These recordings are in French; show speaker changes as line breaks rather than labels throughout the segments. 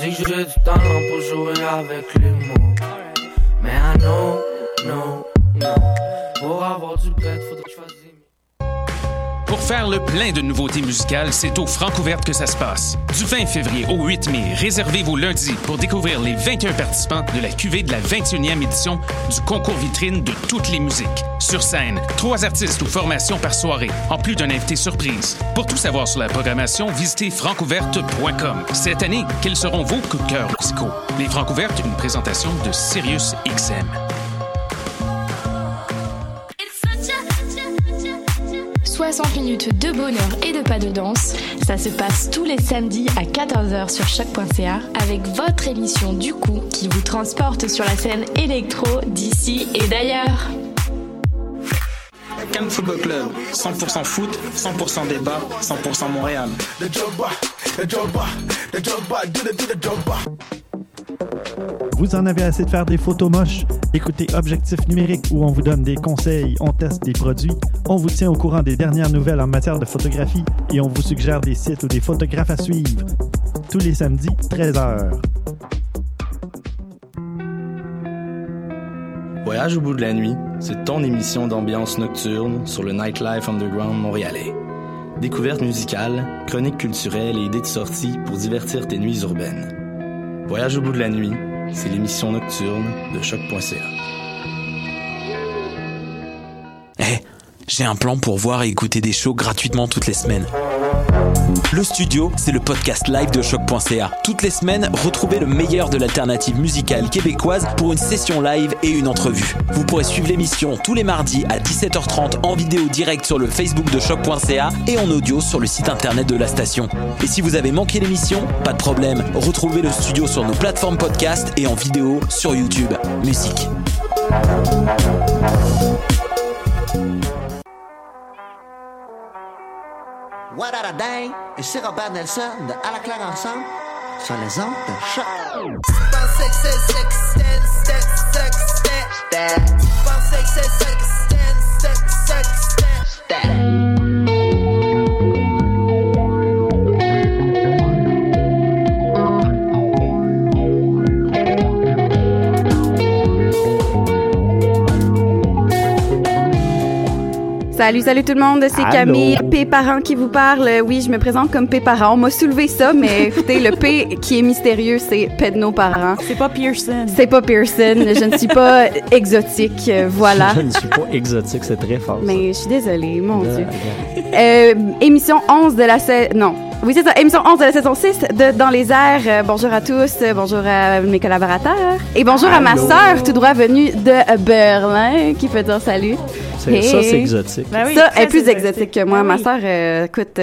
dit que j'ai du talent pour jouer avec les mots. Mais I know, no. Pour avoir du bête, faudrait que je fasse des...
Pour faire le plein de nouveautés musicales, c'est au Francouverte que ça se passe. Du 20 février au 8 mai, réservez vos lundis pour découvrir les 21 participants de la cuvée de la 21e édition du concours vitrine de toutes les musiques. Sur scène, 3 artistes ou formations par soirée, en plus d'un invité surprise. Pour tout savoir sur la programmation, visitez francouverte.com. Cette année, quels seront vos coups de cœur musicaux? Les Francouvertes, une présentation de Sirius XM.
60 minutes de bonheur et de pas de danse. Ça se passe tous les samedis à 14h sur choc.ca avec votre émission du coup qui vous transporte sur la scène électro d'ici et d'ailleurs.
Cannes Football Club, 100% foot, 100% débat, 100% Montréal.
Vous en avez assez de faire des photos moches? Écoutez Objectif Numérique où on vous donne des conseils, on teste des produits, on vous tient au courant des dernières nouvelles en matière de photographie et on vous suggère des sites ou des photographes à suivre. Tous les samedis, 13h.
Voyage au bout de la nuit, c'est ton émission d'ambiance nocturne sur le Nightlife Underground montréalais. Découvertes musicales, chroniques culturelles et idées de sortie pour divertir tes nuits urbaines. Voyage au bout de la nuit, c'est l'émission nocturne de choc.ca.
Hey, j'ai un plan pour voir et écouter des shows gratuitement toutes les semaines. Le Studio, c'est le podcast live de choc.ca. Toutes les semaines, retrouvez le meilleur de l'alternative musicale québécoise pour une session live et une entrevue. Vous pourrez suivre l'émission tous les mardis à 17h30 en vidéo direct sur le Facebook de choc.ca et en audio sur le site internet de la station. Et si vous avez manqué l'émission, pas de problème, retrouvez le Studio sur nos plateformes podcast et en vidéo sur YouTube. Musique.
What a dang! Ici Robert Nelson de À la claire ensemble sur les ondes de Choc.
Salut tout le monde, c'est
Allô.
Camille, P Parent qui vous parle. Oui, je me présente comme P Parent. On m'a soulevé ça, mais écoutez, le P qui est mystérieux, c'est Pedno Parent.
C'est pas Pearson.
C'est pas Pearson. Je ne suis pas exotique, voilà.
Je ne suis pas exotique, c'est très fort.
Mais je suis désolée, mon
Là,
Dieu.
regarde.
Émission 11 de la saison... Non. Oui, c'est ça. Émission 11 de la saison 6 de Dans les airs. Bonjour à tous. Bonjour à mes collaborateurs. Et bonjour à ma sœur, tout droit venue de Berlin, qui peut dire salut.
C'est, ça, c'est exotique.
Ben oui,
Ça, elle est
très
plus exotique que moi.
Ben
Ma
oui.
sœur, écoute,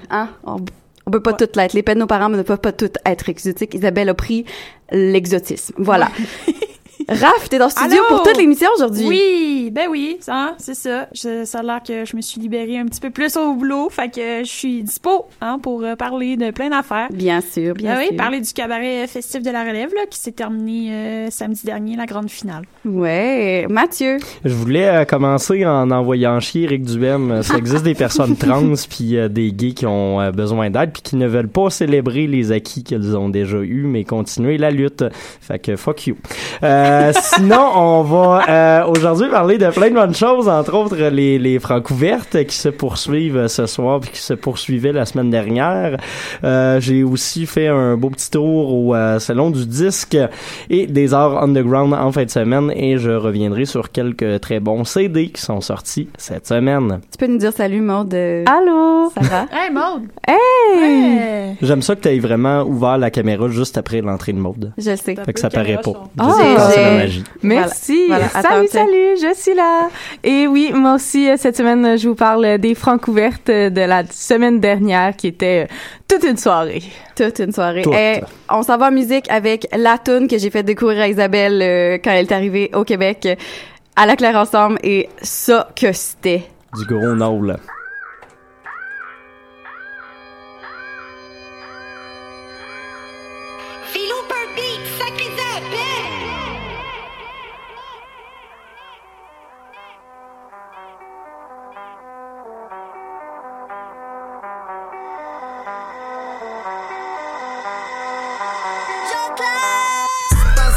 on peut pas toutes l'être. Les pères de nos parents ne peuvent pas toutes être exotiques. Isabelle a pris l'exotisme. Voilà. Raph, t'es dans le studio
Allô?
pour toute l'émission aujourd'hui.
Oui, ben oui, c'est ça. Ça a l'air que je me suis libérée un petit peu plus au boulot, fait que je suis dispo pour parler de plein d'affaires.
Bien sûr, bien
Ben
sûr.
oui, parler du cabaret festif de la relève là, qui s'est terminé samedi dernier, la grande finale.
Ouais. Mathieu.
Je voulais commencer en envoyant chier Éric Duhem. Ça existe des personnes trans puis des gays qui ont besoin d'aide puis qui ne veulent pas célébrer les acquis qu'ils ont déjà eus, mais continuer la lutte. Fait que fuck you. Sinon, on va aujourd'hui parler de plein de bonnes choses, entre autres les Francouvertes qui se poursuivent ce soir puis qui se poursuivaient la semaine dernière. J'ai aussi fait un beau petit tour au Salon du disque et des arts underground en fin de semaine et je reviendrai sur quelques très bons CD qui sont sortis cette semaine.
Tu peux nous dire salut, Maude.
Allô?
Ça va?
Hey, Maude!
Hey!
Ouais.
J'aime ça que tu aies vraiment ouvert la caméra juste après l'entrée de Maude.
Je le sais.
Fait que ça paraît pas.
Ah,
C'est la magie.
Merci.
Voilà,
Salut, je suis là. Et oui, moi aussi, cette semaine, je vous parle des Francouvertes de la semaine dernière qui était toute une soirée.
Toute une soirée.
Toute.
On s'en va en musique avec la toune que j'ai fait découvrir à Isabelle quand elle est arrivée au Québec à la Claire ensemble et ça que c'était.
Du gros no, là.
Philo per beat, sacré appel! Yo,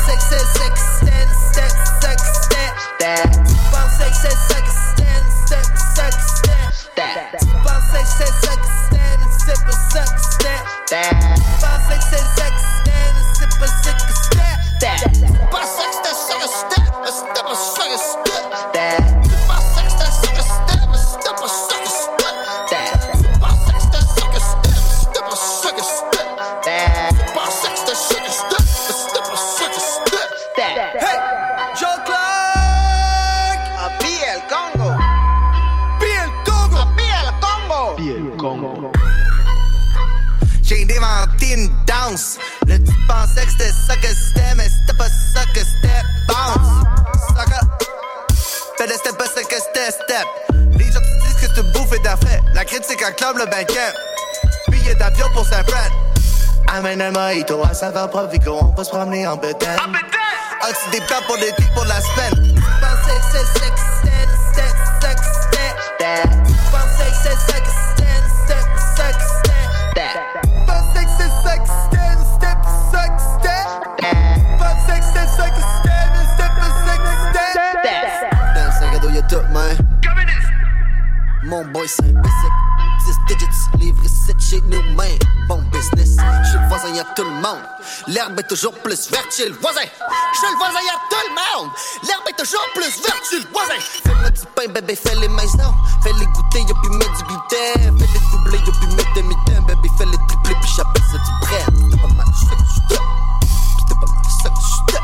pensais que c'est ça qui c'était, ça qui c'était. Tu pensais que c'est ça qui c'était, ça qui c'était. Tu pensais que c'est ça qui c'était, c'est pas ça qui c'était. Tu pensais que c'est ça qui c'était, c'est pas ça qui c'était. Tu pensais que c'était ça qui c'était, mais c'était pas ça qui c'était. Tu pensais que c'était ça qui c'était, mais c'était pas ça qui c'était. Tu pensais que c'était ça qui c'était, mais c'était pas ça qui c'était. Tu pensais que c'était ça qui c'était, mais c'était pas ça qui c'était. Hey, Joe Clark, a BL Congo, BL Congo, a BL Congo, BL Congo. J'ai inventé une danse. Le tu pensais que c'était ça que c'était, mais c'était pas ça que c'était. Bounce, sucker. Fais le step pas ça que c'était, step. Les gens te disent que c'est bouffé d'affaires. La critique acclame le banquet. Billet d'avion pour Saint-Fran. Amène un mojito à saveur Provigo. On va se promener en bedaine. Oxy des plats pour l'été, pour la semaine. Tu pensais que c'est ça que c'était, ça que c'était. Tu pensais que c'est ça que c'était, ça que c'était. Tu pensais que c'est ça que c'était, ça que c'était. Tu pensais que c'est ça que c'était, c'était pas ça que c'était. Dans le sac à dos y'a tout, man. Mon boy c'est un basic. 10 digits, livre 7 chez nous, man. Bon business, chez le voisin y'a tout le monde. L'herbe est toujours plus verte chez le voisin. Chez le voisin y'a tout le monde. L'herbe est toujours plus verte chez le voisin. Fais-moi du pain, bébé, fais-les maisons. Fais-les goûter, y'a pu mettre du gluten. Fais-les doubler, y'a pu mettre des mitaines. Bébé, fais-les tripler, puis j'appelle ça du bread. C'était pas mal, je sais que tu t'es. C'était pas mal, ça que tu t'es.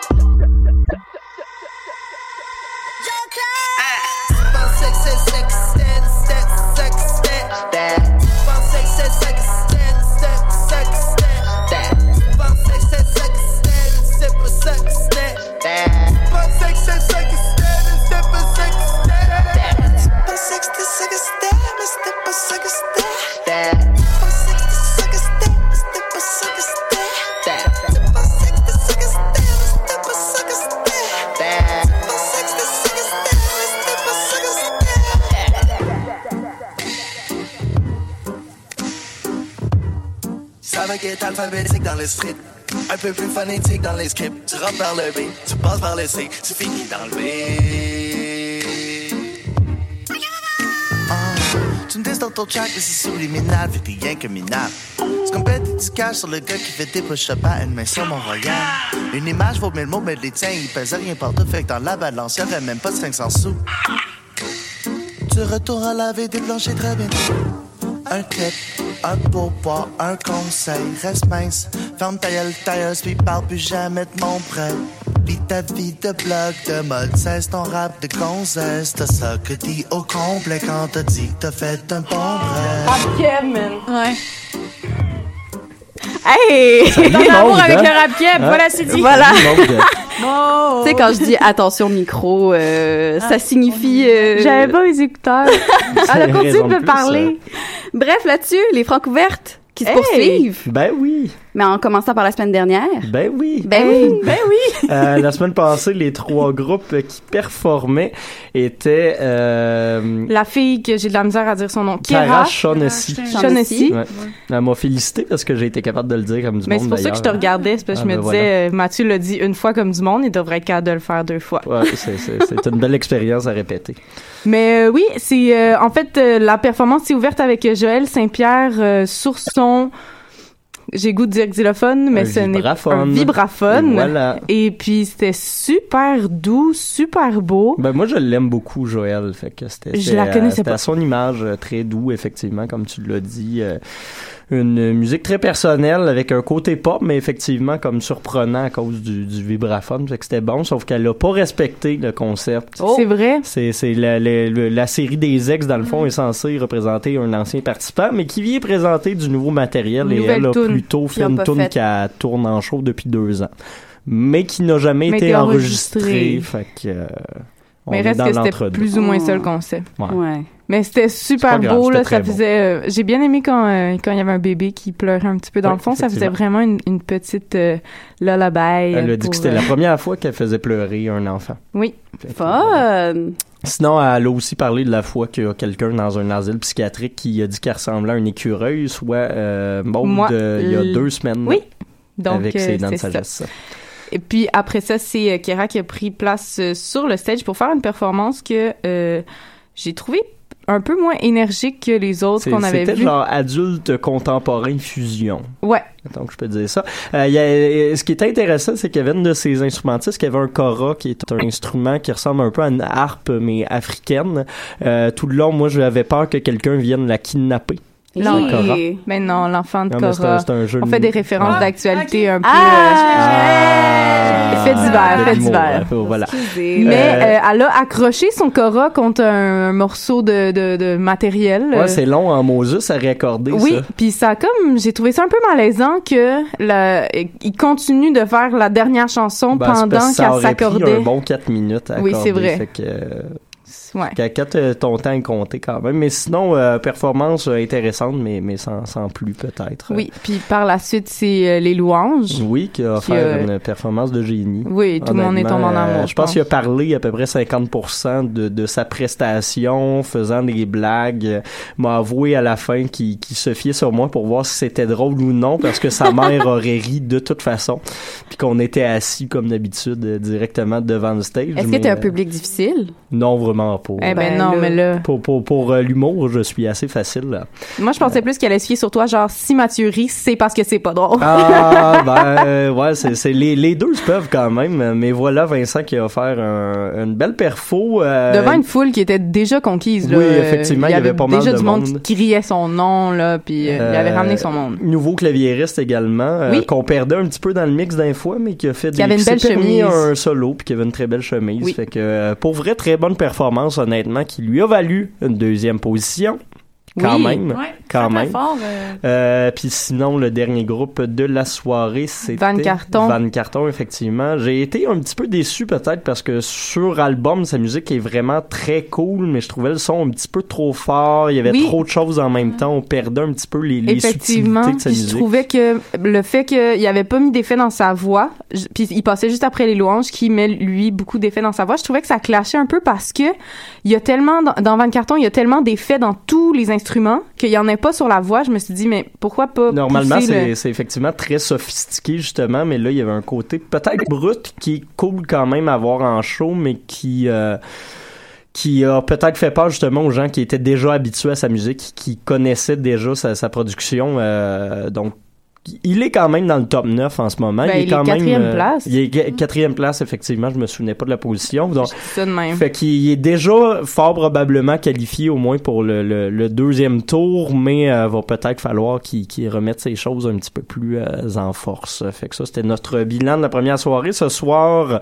Tu pensais que c'est ça que c'était, ça que c'était. Tu pensais que c'est ça que c'était, ça que c'était. Tu pensais que c'est ça que c'était, c'est pas ça que c'était. Tu pensais que c'est ça que c'était, c'est pas ça que c'était. Tu pensais que c'était ça que c'était, mais c'était pas ça que c'était. Tu pensais que c'était ça que c'était, mais c'était pas ça que c'était. Tu pensais que c'était ça que c'était, mais c'était pas ça que c'était. Tu pensais que c'était ça que c'était, mais c'était pas ça que c'était. Ça va qu'être alphabétique dans le street, un peu plus phonétique dans les scripts. Tu rentres par le B, tu passes par le C, tu finis dans le B. Tu me dis dans ton track, mais c'est subliminal, fait t'es rien que minable. C'est comme mettre du cash sur le gars qui fait des push-ups à une main sur Mont-Royal. Une image vaut 1000 mots, mais les tiens, ils pèsent rien partout, fait que dans la balance, y'aurait même pas de 500 sous. Tu retournes à laver des planchers très bientôt. Un clip, un pourboire, un conseil, reste mince. Ferme ta gueule, tailleuse, puis parle plus jamais de mon prêt. Pis ta vie de blog, de mode, cesse ton rap de gonzesse. T'as ça que dis au complet quand t'as dit que t'as fait un bon bref.
Rap Keb, man.
Ouais.
Hey!
Ton amour avec le rap Keb, voilà, c'est dit.
Voilà.
Oh.
Tu sais, quand je dis attention micro, ça signifie...
J'avais pas les écouteurs. Elle a continué de me parler.
Bref, là-dessus, les francs ouvertes qui se poursuivent.
Ben oui.
Mais en commençant par la semaine dernière.
Ben oui.
Ben oui. Ben oui.
La semaine passée, les 3 groupes qui performaient étaient...
La fille que j'ai de la misère à dire son nom.
Cara Shaughnessy.
Shaughnessy.
Ouais. Elle m'a félicité parce que j'ai été capable de le dire comme du monde,
c'est pour ça que je te regardais. C'est parce que je me disais, Mathieu l'a dit une fois comme du monde, il devrait être capable de le faire 2 fois.
Ouais, c'est une belle expérience à répéter.
Mais oui, c'est en fait la performance est ouverte avec Joël Saint-Pierre sur son... J'ai goût de dire xylophone, mais ce n'est pas un vibraphone.
Et voilà.
Et puis c'était super doux, super beau.
Ben moi je l'aime beaucoup, Joël. Fait que
je la connaissais pas.
À son image très doux, effectivement, comme tu l'as dit. Une musique très personnelle avec un côté pop, mais effectivement comme surprenant à cause du vibraphone. Fait que c'était bon, sauf qu'elle a pas respecté le concept.
Oh. C'est vrai.
C'est la série des ex, dans le fond, est censée représenter un ancien participant, mais qui vient présenter du nouveau matériel. Et elle a plutôt fait une tourne qui tourne en show depuis 2 ans. Mais qui n'a jamais été enregistrée. Fait que...
mais reste que c'était plus ou moins ça le concept.
Ouais.
Mais c'était super beau, là. Ça faisait, j'ai bien aimé quand il y avait un bébé qui pleurait un petit peu dans le fond. Ça faisait vraiment une petite lullaby.
Elle a dit que c'était la première fois qu'elle faisait pleurer un enfant.
Oui.
Fun!
Sinon, elle a aussi parlé de la fois qu'il y a quelqu'un dans un asile psychiatrique qui a dit qu'elle ressemblait à un écureuil, soit il y a 2 semaines.
Oui. Donc,
avec ses dents de sagesse.
Et puis après ça, c'est Kéra qui a pris place sur le stage pour faire une performance que j'ai trouvé un peu moins énergique que les autres qu'on avait vus.
C'était genre adulte contemporain fusion.
Ouais.
Donc, je peux dire ça. Ce qui est intéressant, c'est qu'il y avait une de ces instrumentistes qui avait un kora, qui est un instrument qui ressemble un peu à une harpe, mais africaine. Tout le long, moi, j'avais peur que quelqu'un vienne la kidnapper.
Mais non, l'enfant de Cora.
C'est un jeu
on fait des références d'actualité un peu. Fait divers.
Voilà.
Mais elle a accroché son Cora contre un morceau de matériel.
Ouais, c'est long en Moses à réaccorder.
Oui, puis ça j'ai trouvé ça un peu malaisant que il continue de faire la dernière chanson pendant qu'elle s'accordait.
Ça aurait pris un bon 4 minutes à accorder.
Oui, c'est vrai.
Fait que, quand ton temps est compté quand même. Mais sinon, performance intéressante, mais sans plus peut-être.
Oui, puis par la suite, c'est Les Louanges.
Oui, qui a offert une performance de génie.
Oui, tout le monde est tombé en amour.
Je pense qu'il a parlé à peu près 50% de sa prestation, faisant des blagues. M'a avoué à la fin qu'il se fiait sur moi pour voir si c'était drôle ou non, parce que sa mère aurait ri de toute façon. Puis qu'on était assis, comme d'habitude, directement devant le stage.
Est-ce que t'es un public difficile?
Non, vraiment pas.
Eh ben non, mais là...
Pour l'humour, je suis assez facile, là.
Moi, je pensais plus qu'elle allait se fier sur toi, genre, si Mathieu rit, c'est parce que c'est pas drôle.
Ouais, c'est les deux se peuvent quand même, mais voilà Vincent qui a offert une belle perfo.
Devant une foule qui était déjà conquise, là.
Oui, effectivement, il y avait pas mal de monde.
Déjà du monde qui criait son nom, là, puis il avait ramené son monde.
Nouveau claviériste également, qu'on perdait un petit peu dans le mix d'un fois, mais qui a fait
qui avait une belle chemise.
Un solo, puis qui avait une très belle chemise.
Oui.
Fait que, pour vrai, très bonne performance, honnêtement, qui lui a valu une deuxième position. Quand même.
Fort,
puis sinon, le dernier groupe de la soirée, c'était
Van Carton.
Van Carton, effectivement. J'ai été un petit peu déçu peut-être parce que sur album, sa musique est vraiment très cool, mais je trouvais le son un petit peu trop fort. Il y avait trop de choses en même temps. On perdait un petit peu les subtilités de sa musique.
Je trouvais que le fait qu'il avait pas mis d'effet dans sa voix, puis il passait juste après les louanges qui met lui beaucoup d'effets dans sa voix, je trouvais que ça clashait un peu parce que il y a tellement dans Van Carton, il y a tellement d'effets dans tous les instruments qu'il y en ait pas sur la voix. Je me suis dit, mais pourquoi pas
normalement c'est effectivement très sophistiqué justement, mais là il y avait un côté peut-être brut qui est cool quand même à voir en show, mais qui a peut-être fait peur justement aux gens qui étaient déjà habitués à sa musique, qui connaissaient déjà sa production, donc il est quand même dans le top 9 en ce moment.
Il est quatrième place.
Il est quatrième place, effectivement. Je me souvenais pas de la position. Donc,
ça de même.
Fait qu'il est déjà fort probablement qualifié au moins pour le deuxième tour, mais va peut-être falloir qu'il remette ses choses un petit peu plus en force. Fait que ça, c'était notre bilan de la première soirée. Ce soir,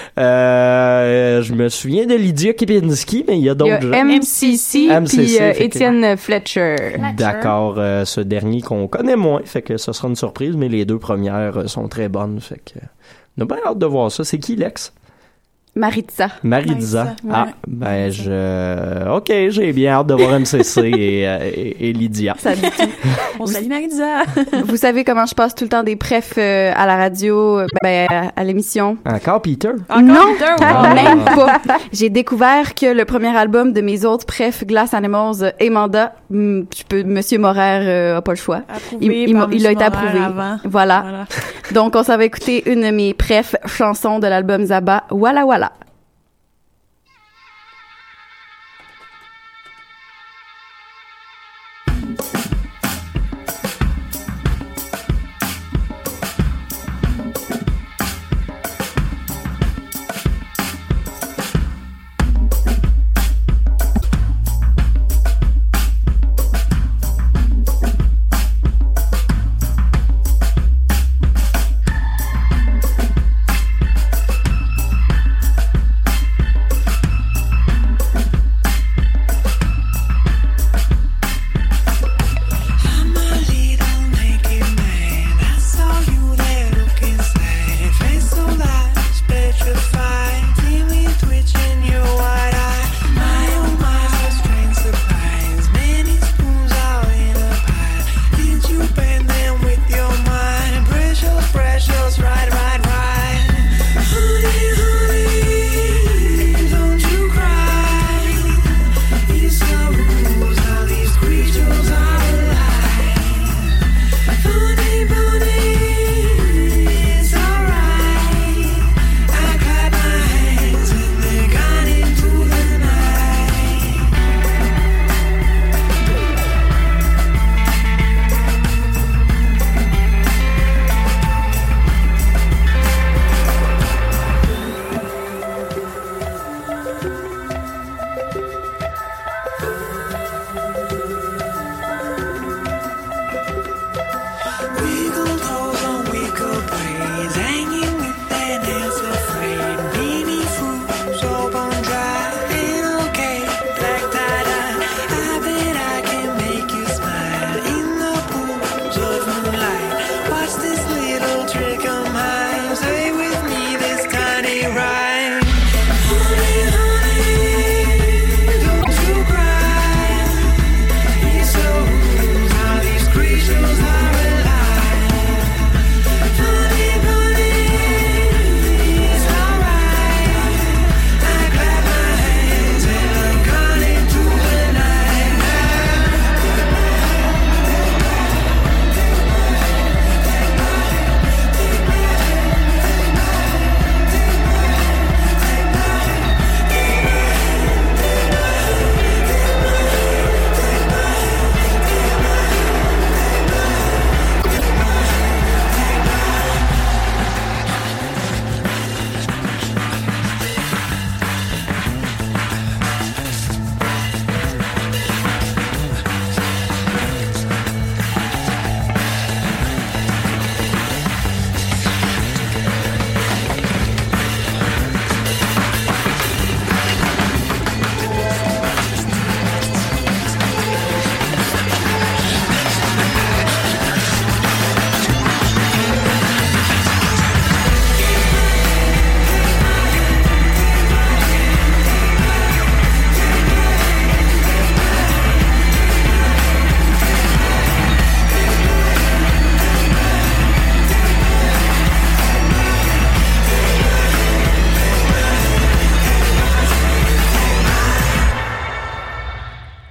je me souviens de Lydia Kipinski, mais il y a d'autres gens.
MCC puis Étienne Fletcher.
D'accord. Ce dernier qu'on connaît moins. Fait que ce sera une surprise, mais les deux premières sont très bonnes. Fait que on a bien hâte de voir ça. C'est qui, Lex?
Maritza.
Ouais. OK, j'ai bien hâte de voir MCC et Lydia.
Ça dit tout.
On salue Maritza.
Vous savez comment je passe tout le temps des prefs à la radio, à l'émission?
Encore Peter?
Non, même pas. J'ai découvert que le premier album de mes autres prefs, Glass Animals, Emanda, Monsieur Morer a pas le choix. Il a été approuvé. Voilà. Donc, on s'en va écouter une de mes prefs chansons de l'album Zaba, Walla Walla.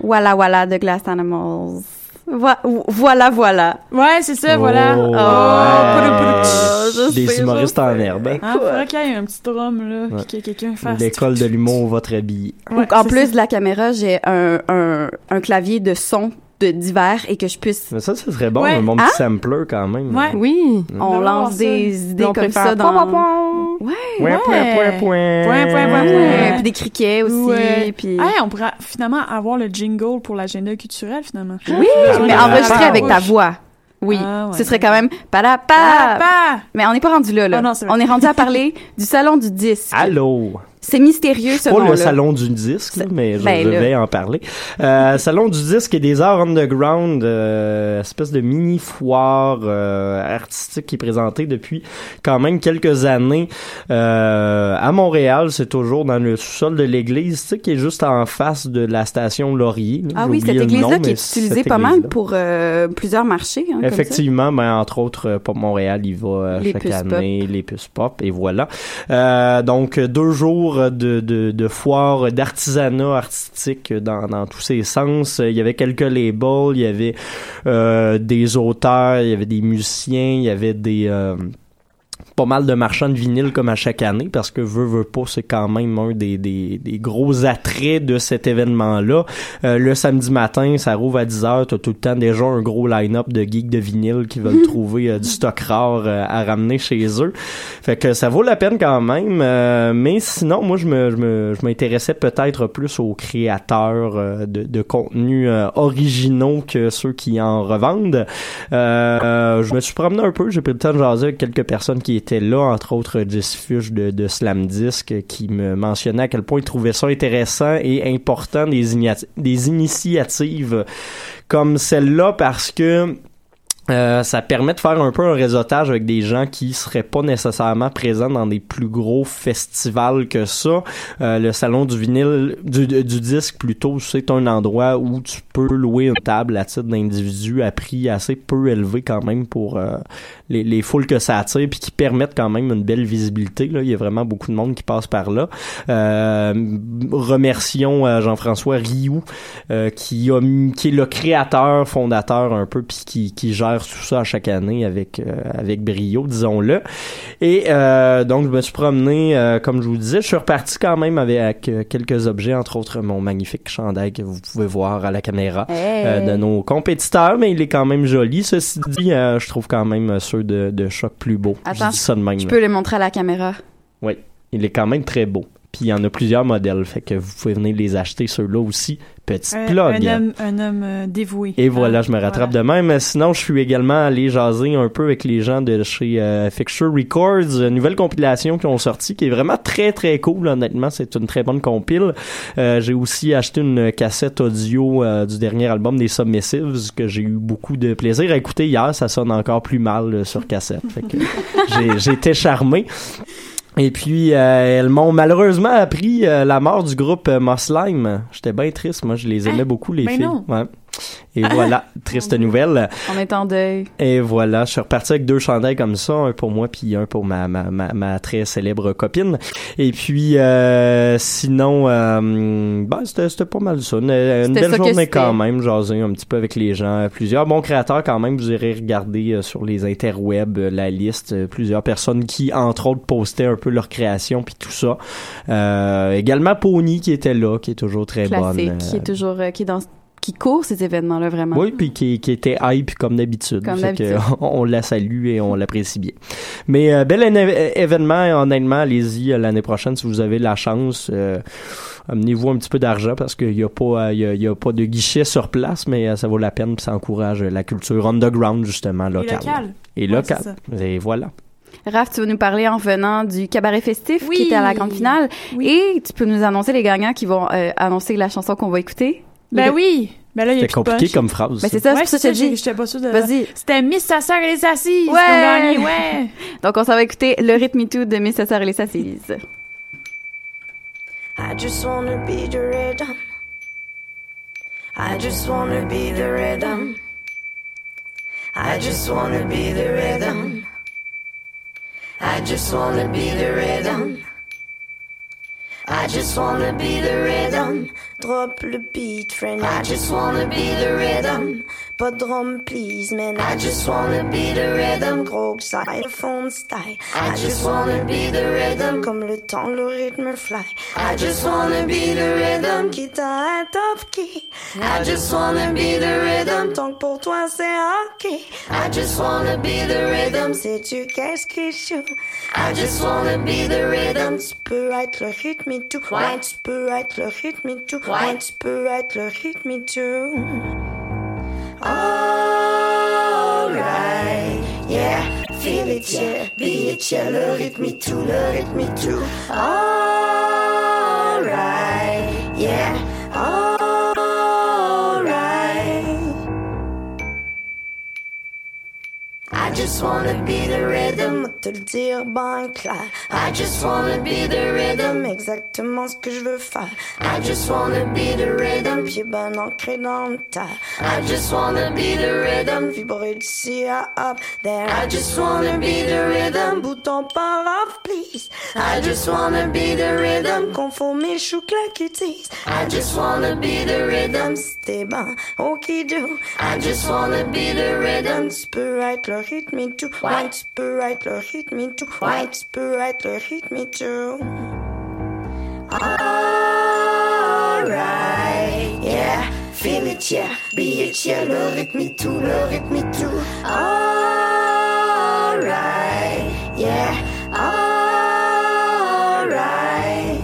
Walla Walla de Glass Animals. Voilà.
Ouais, c'est ça, voilà.
Des humoristes en herbe.
Faudrait qu'il y ait un petit drum, là, puis que quelqu'un fasse...
L'école de l'humour, votre habillé.
En plus de la caméra, j'ai un clavier de son divers et que je puisse...
Mais ça serait bon, mon petit sampler quand même.
Ouais. Oui, on lance des idées comme ça dans...
Point.
Puis des criquets aussi. Puis...
on pourrait finalement avoir le jingle pour l'agenda culturel, finalement.
Oui, mais enregistré avec ta voix. Oui, ce serait quand même mais on n'est pas rendu là. On est rendu à parler du salon du disque.
Allô.
C'est mystérieux, ce nom-là.
Pas le salon du disque, là, mais je vais en parler. Salon du disque et des arts underground, espèce de mini foire artistique qui est présentée depuis quand même quelques années à Montréal. C'est toujours dans le sous-sol de l'église, tu sais, qui est juste en face de la station Laurier. Là.
Ah oui, cette église-là qui est utilisée pas mal pour plusieurs marchés. Hein,
effectivement, mais entre autres, Pop Montréal, il va chaque année, les puces pop, et voilà. Donc, 2 jours de foire d'artisanat artistique dans tous ses sens. Il y avait quelques labels, il y avait des auteurs, il y avait des musiciens, il y avait pas mal de marchands de vinyle comme à chaque année, parce que veut pas, c'est quand même un des gros attraits de cet événement-là. Le samedi matin, ça rouvre à 10h, t'as tout le temps déjà un gros line-up de geeks de vinyle qui veulent trouver du stock rare à ramener chez eux. Fait que ça vaut la peine quand même, mais sinon, moi, je m'intéressais peut-être plus aux créateurs de contenus originaux que ceux qui en revendent. Je me suis promené un peu, j'ai pris le temps de jaser avec quelques personnes qui étaient là, entre autres Jess Fuchs de Slam Disc, qui me mentionnait à quel point il trouvait ça intéressant et important des initiatives comme celle-là, parce que ça permet de faire un peu un réseautage avec des gens qui seraient pas nécessairement présents dans des plus gros festivals que ça. Le salon du vinyle, du disque plutôt, c'est un endroit où tu peux louer une table à titre d'individu à prix assez peu élevé quand même pour les foules que ça attire, puis qui permettent quand même une belle visibilité. Là, il y a vraiment beaucoup de monde qui passe par là. Remercions Jean-François Rioux, qui est le créateur, fondateur un peu, puis qui gère tout ça à chaque année avec brio, disons-le. Et donc je me suis promené, comme je vous disais, je suis reparti quand même avec quelques objets, entre autres mon magnifique chandail que vous pouvez voir à la caméra de nos compétiteurs, mais il est quand même joli. Ceci dit, je trouve quand même ceux de Choc plus beaux.
Attends,
je dis ça de même.
Je peux les montrer à la caméra.
Oui, il est quand même très beau. Puis il y en a plusieurs modèles, fait que vous pouvez venir les acheter, ceux-là aussi. Petite plug.
Un homme dévoué.
Et voilà, je me rattrape de même. Sinon, je suis également allé jaser un peu avec les gens de chez Fixture Records, une nouvelle compilation qui ont sorti, qui est vraiment très très cool, honnêtement. C'est une très bonne compile. J'ai aussi acheté une cassette audio du dernier album des Submissives, que j'ai eu beaucoup de plaisir à écouter hier. Ça sonne encore plus mal sur cassette. Fait que j'ai été charmé. Et puis, elles m'ont malheureusement appris la mort du groupe Moslime. J'étais bien triste. Moi, je les aimais beaucoup, les filles.
Non.
Ouais. Et voilà, triste nouvelle.
On est en deuil.
Et voilà, je suis reparti avec 2 chandails comme ça, un pour moi puis un pour ma très célèbre copine. Et puis sinon, c'était pas mal ça. Une belle journée quand même, jaser un petit peu avec les gens. Plusieurs bons créateurs quand même, vous irez regarder sur les interwebs la liste. Plusieurs personnes qui, entre autres, postaient un peu leur création puis tout ça. Également Pony qui était là, qui est toujours très
classique,
bonne.
Qui est toujours qui court ces événements-là, vraiment.
Oui, puis qui était hype comme d'habitude. On la salue et on l'apprécie bien. Mais bel événement, honnêtement, allez-y l'année prochaine si vous avez la chance. Amenez-vous un petit peu d'argent parce qu'il y a pas de guichet sur place, mais ça vaut la peine, puis ça encourage la culture underground, justement, locale. Et local. Et voilà.
Raph, tu vas nous parler en venant du cabaret festif qui était à la grande finale.
Oui.
Et tu peux nous annoncer les gagnants qui vont annoncer la chanson qu'on va écouter.
Oui. Ben là, il y a
c'était compliqué comme phrase.
Ben c'est ça, c'est pour ça que je te dis.
J'étais pas sûre de...
Vas-y.
C'était Miss Sa Sœur et les Assises.
Ouais.
Ouais.
Donc, on s'en va écouter le rythme tout de Miss Sa Sœur et les Assises.
I just wanna be the rhythm. I just wanna be the rhythm. I just wanna be the rhythm. I just wanna be the rhythm. I just wanna be the rhythm. Drop le beat, friend. I just wanna be the rhythm. Pas de drum, please, man. I just wanna be the rhythm. Gros xylophone style. I just wanna be the rhythm. Comme le temps, le rythme fly. I just wanna be the rhythm. Quitte à être off key. I just wanna be the rhythm. Tant que pour toi c'est ok. I just wanna be the rhythm. Sais-tu qu'est-ce qui joue? I just wanna be the rhythm. Tu peux être le rythme et tout. Ouais, tu peux être le rythme et tout. Ouais, tu peux être le rythme et tout. Alright, yeah, feel it, yeah, be it, yeah, le rythme et tout, le rythme et tout. Alright, yeah, alright. I just wanna be the rhythm, te le dire ben clair. I just wanna be the rhythm, exactement ce que je veux faire. I just wanna be the rhythm, pied ben ancré dans le terre. I just wanna be the rhythm, vibrer d'ici à up there. I just wanna be the rhythm, bouton par off please. I just wanna be the rhythm, confond mes choux claquetis. I just wanna be the rhythm, c'était ben ok do. I just wanna be the rhythm, tu peux être le rythme et tout. Ouais, tu peux être le rythme et tout. Ouais, tu peux être le rythme et tout. Alright, yeah, feel it, yeah, be it, yeah, le rythme et tout, le rythme et tout. Alright, yeah, alright.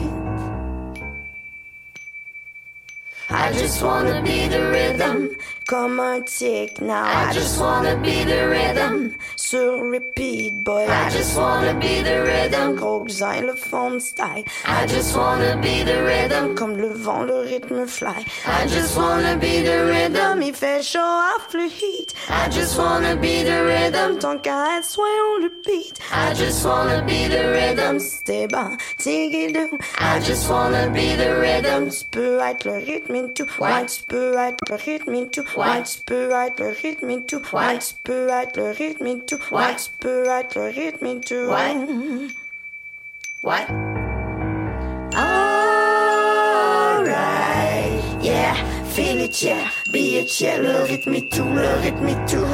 I just wanna be the rhythm, comme un tic now. I just wanna be the rhythm, sur repeat boy. I just wanna be the rhythm, gros xylophone style. I just wanna be the rhythm, comme le vent, le rythme fly. I just wanna be the rhythm, il fait show off le heat. I just wanna be the rhythm, tant qu'à être soyons le beat. I just wanna be the rhythm, c'était ben, tigidou. I just wanna be the rhythm, tu peux être le rythme et tout. Ouais, tu peux être le rythme et tout. Ouais, tu peux être le rythme et tout. Ouais, tu peux être le rythme et tout. Ouais, tu peux être le rythme et tout. Ouais. Ouais. Alright, yeah, feel it, yeah, be it, yeah, le rythme et tout, le rythme et tout.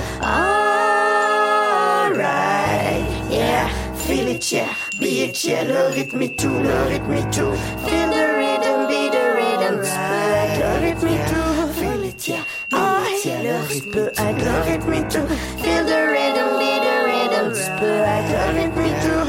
Alright, yeah, feel it, yeah, be it, yeah, le rythme et tout, le rythme et tout. Feel the rhythm, be the rhythm, tu peux être le rythme et tout. Feel it, yeah, be it, yeah, le rythme, tu peux être le rythme et tout. Feel the rhythm, be the rhythm, tu peux être le rythme et tout.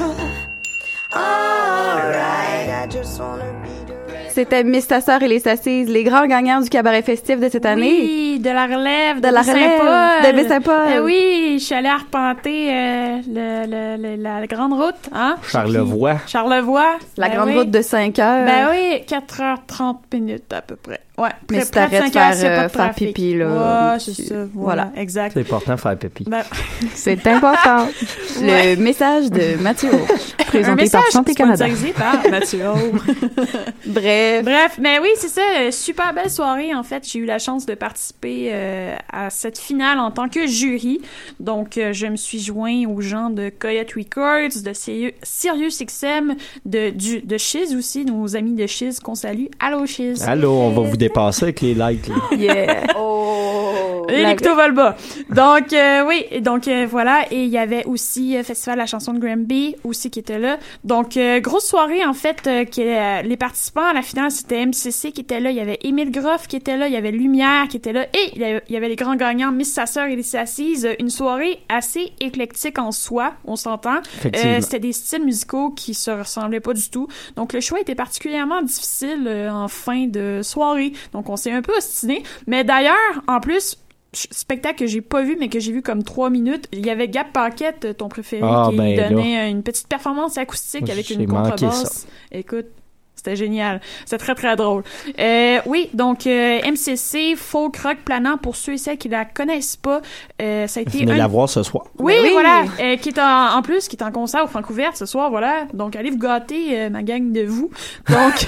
Alright, I just wanna be the rhythm.
C'était Miss Tasseur et les Sassies, les grands gagnants du cabaret festif de cette année.
Oui, de la relève,
de la relève, de Baie-Saint-Paul.
Oui, je suis allée arpenter la grande route, hein?
Charlevoix.
La grande route de 5 heures.
Ben oui, 4h30 minutes à peu près. Ouais,
mais si t'arrêtes de faire pipi, là.
Ouais, c'est ça. Voilà, exact.
C'est important de faire pipi.
Ben...
c'est important. Le message de Mathieu, présenté par Santé Canada.
Par Mathieu. Bref, mais oui, c'est ça. Super belle soirée, en fait. J'ai eu la chance de participer à cette finale en tant que jury. Donc, je me suis joint aux gens de Coyote Records, de Sirius XM, de Shiz aussi, nos amis de Shiz qu'on salue. Allô, Shiz.
Allô, on va vous dépasser avec les likes. Là.
Yeah.
Oh. Et l'écouto va le bas. Donc, oui. Donc, voilà. Et il y avait aussi Festival de la chanson de Granby aussi qui était là. Donc, grosse soirée, en fait, les participants à la finale, c'était MCC qui était là. Il y avait Émile Groff qui était là. Il y avait Lumière qui était là. Et il y avait les grands gagnants, Miss Sasseur et les Sassies. Une soirée assez éclectique en soi, on s'entend. C'était des styles musicaux qui se ressemblaient pas du tout. Donc, le choix était particulièrement difficile en fin de soirée. Donc, on s'est un peu ostiné. Mais d'ailleurs, en plus, spectacle que j'ai pas vu, mais que j'ai vu comme 3 minutes, il y avait Gap Paquette, ton préféré, qui donnait une petite performance acoustique avec une contrebasse. Écoute, c'était génial. C'était très, très drôle. Oui, donc MCC, folk rock planant, pour ceux et celles qui la connaissent pas, ça a été...
Venez la voir ce soir.
Oui, voilà. Qui est en plus, qui est en concert au Francouverte ce soir, voilà. Donc, allez vous gâter, ma gang de vous. Donc,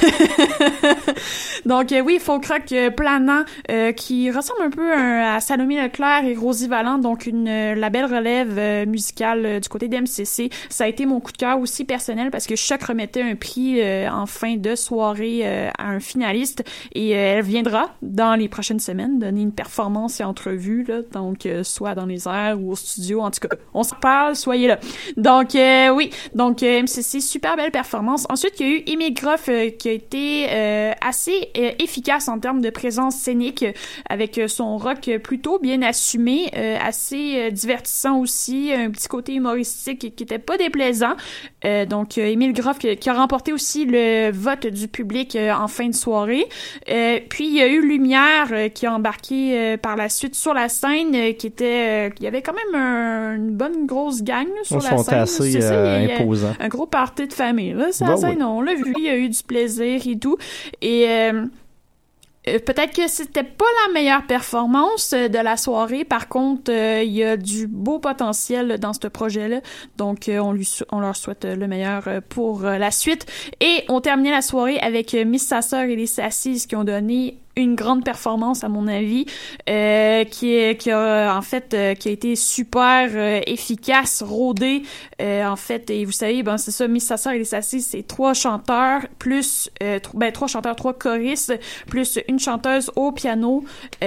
oui, folk rock planant, qui ressemble un peu à Salomé Leclerc et Rosie Valland, donc la belle relève musicale du côté d'MCC. Ça a été mon coup de cœur aussi personnel parce que Choc remettait un prix en fin de soirée à un finaliste et elle viendra dans les prochaines semaines donner une performance et entrevue, là, donc soit dans les airs ou au studio, en tout cas, on s'en parle, soyez là. Donc oui, donc MCC, super belle performance. Ensuite, il y a eu Émile Groff qui a été assez efficace en termes de présence scénique avec son rock plutôt bien assumé, assez divertissant aussi, un petit côté humoristique qui était pas déplaisant. Donc Émile Groff qui a remporté aussi le vote du public en fin de soirée. Puis il y a eu Lumière qui a embarqué par la suite sur la scène, qui y avait quand même une bonne grosse gang là, sur la scène.
Assez imposants.
Un gros party de famille là, sur la scène, oui. On l'a vu, il y a eu du plaisir et tout. Et peut-être que c'était pas la meilleure performance de la soirée. Par contre, il y a du beau potentiel dans ce projet-là. Donc, on leur souhaite le meilleur pour la suite. Et on terminait la soirée avec Miss Sasseur et les Sassies qui ont donné une grande performance à mon avis, qui a été super efficace, rodée en fait. Et vous savez, ben c'est ça, Miss Sasseur et les Sassies, c'est 3 chanteurs plus 3 chanteurs, 3 choristes plus une chanteuse au piano,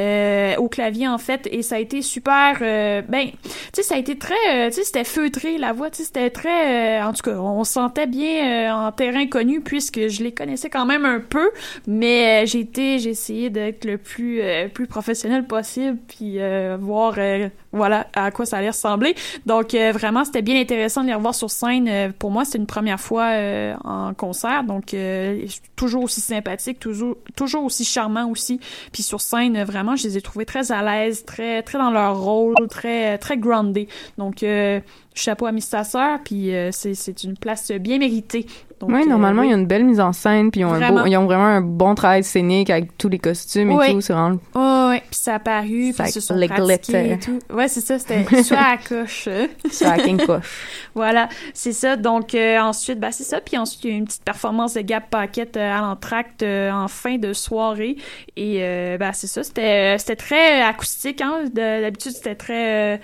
au clavier en fait. Et ça a été super. Tu sais, ça a été très, tu sais, c'était feutré la voix. Tu sais, c'était très, en tout cas, on se sentait bien en terrain connu puisque je les connaissais quand même un peu, mais j'ai essayé d'être le plus professionnel possible puis voir voilà à quoi ça allait ressembler. Donc vraiment c'était bien intéressant de les revoir sur scène. Pour moi c'était une première fois en concert, donc toujours aussi sympathique, toujours aussi charmant aussi. Puis sur scène vraiment je les ai trouvés très à l'aise, très très dans leur rôle, très très grounded. Donc chapeau à Miss Sasseur, puis c'est une place bien méritée. Donc,
oui, normalement, il y a une belle mise en scène, puis ils ont vraiment un bon travail scénique avec tous les costumes et tout. C'est vraiment...
oui, puis ça a apparu, puis se sont pratiqués et tout. Ouais, c'est ça, c'était soit à la coche.
Soit à King Coche.
Voilà, c'est ça. Donc, ensuite, c'est ça. Puis ensuite, il y a eu une petite performance de Gab Paquette à l'entracte en fin de soirée. Et, c'est ça, c'était très acoustique, hein. D'habitude, c'était très...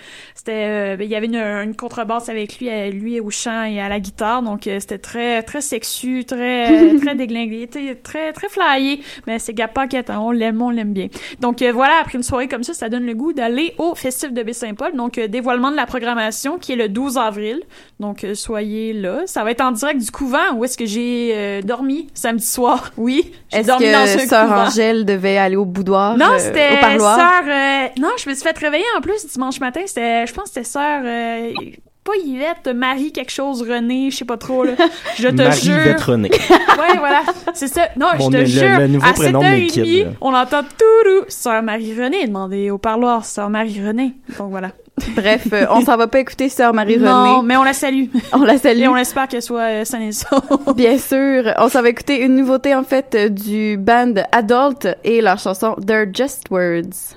il y avait une contrebasse avec lui au chant et à la guitare. Donc, c'était très, très sexu, très très déglingué, très très flyé, mais c'est Gab Paquette, hein, on l'aime bien. Donc voilà, après une soirée comme ça donne le goût d'aller au Festif de Baie-Saint-Paul. Donc dévoilement de la programmation qui est le 12 avril. Donc soyez là, ça va être en direct du couvent où est-ce que j'ai dormi samedi soir. Oui, j'ai dormi dans un couvent. Est-ce que
Sœur Angèle devait aller au boudoir?
Non, c'était
au parloir.
non, je me suis fait réveiller en plus dimanche matin, je pense que c'était Sœur pas Yvette, Marie quelque chose, René, je sais pas trop, là. Je te
Marie
jure.
Yvette René.
Ouais, voilà. C'est ça. Non, je te jure.
Le nouveau
à
prénom de
7h30, on entend tout. Sœur Marie-Renée, demandez au parloir, Sœur Marie-Renée. Donc voilà.
Bref, on s'en va pas écouter Sœur Marie-Renée.
Non, mais on la salue.
On la salue.
Et on espère qu'elle soit saine et sauve.
Bien sûr. On s'en va écouter une nouveauté, en fait, du band Adult et leur chanson They're Just Words.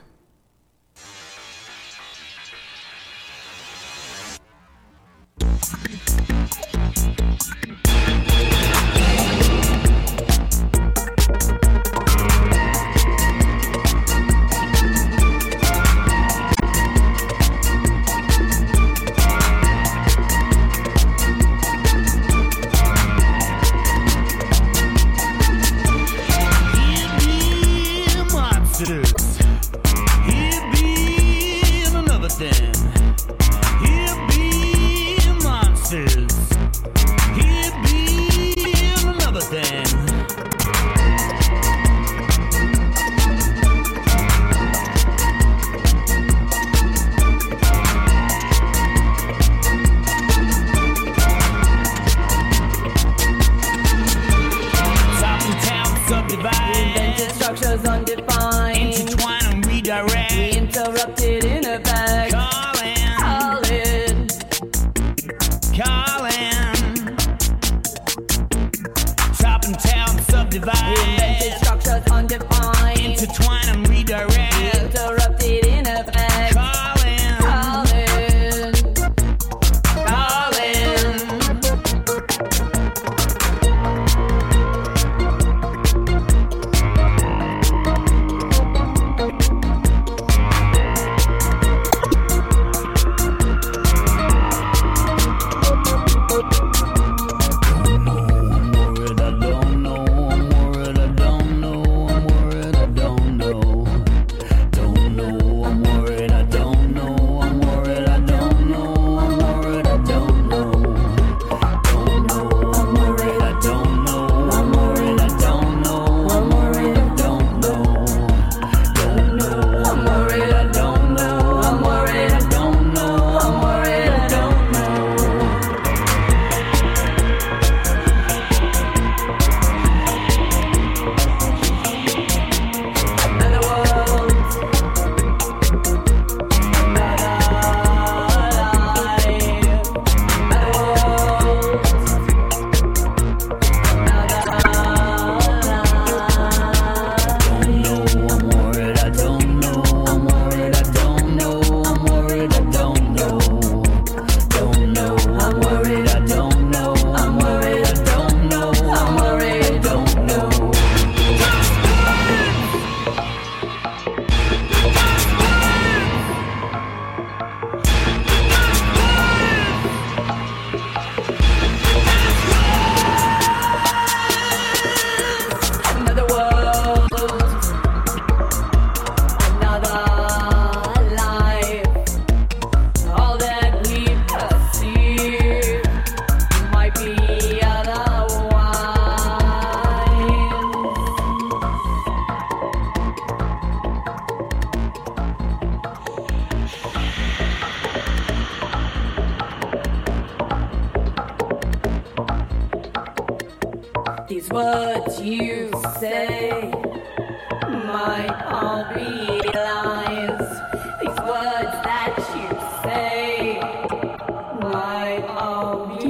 'cause what you say might all be lies. These words that you say might all be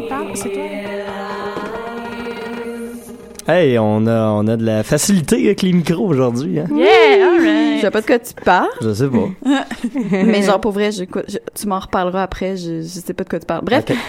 Hey, on a de la facilité avec les micros aujourd'hui, hein?
Yeah, alright. Je sais pas de quoi tu parles.
Je sais pas.
Mais genre, pour vrai, tu m'en reparleras après, je sais pas de quoi tu parles. Bref. Okay.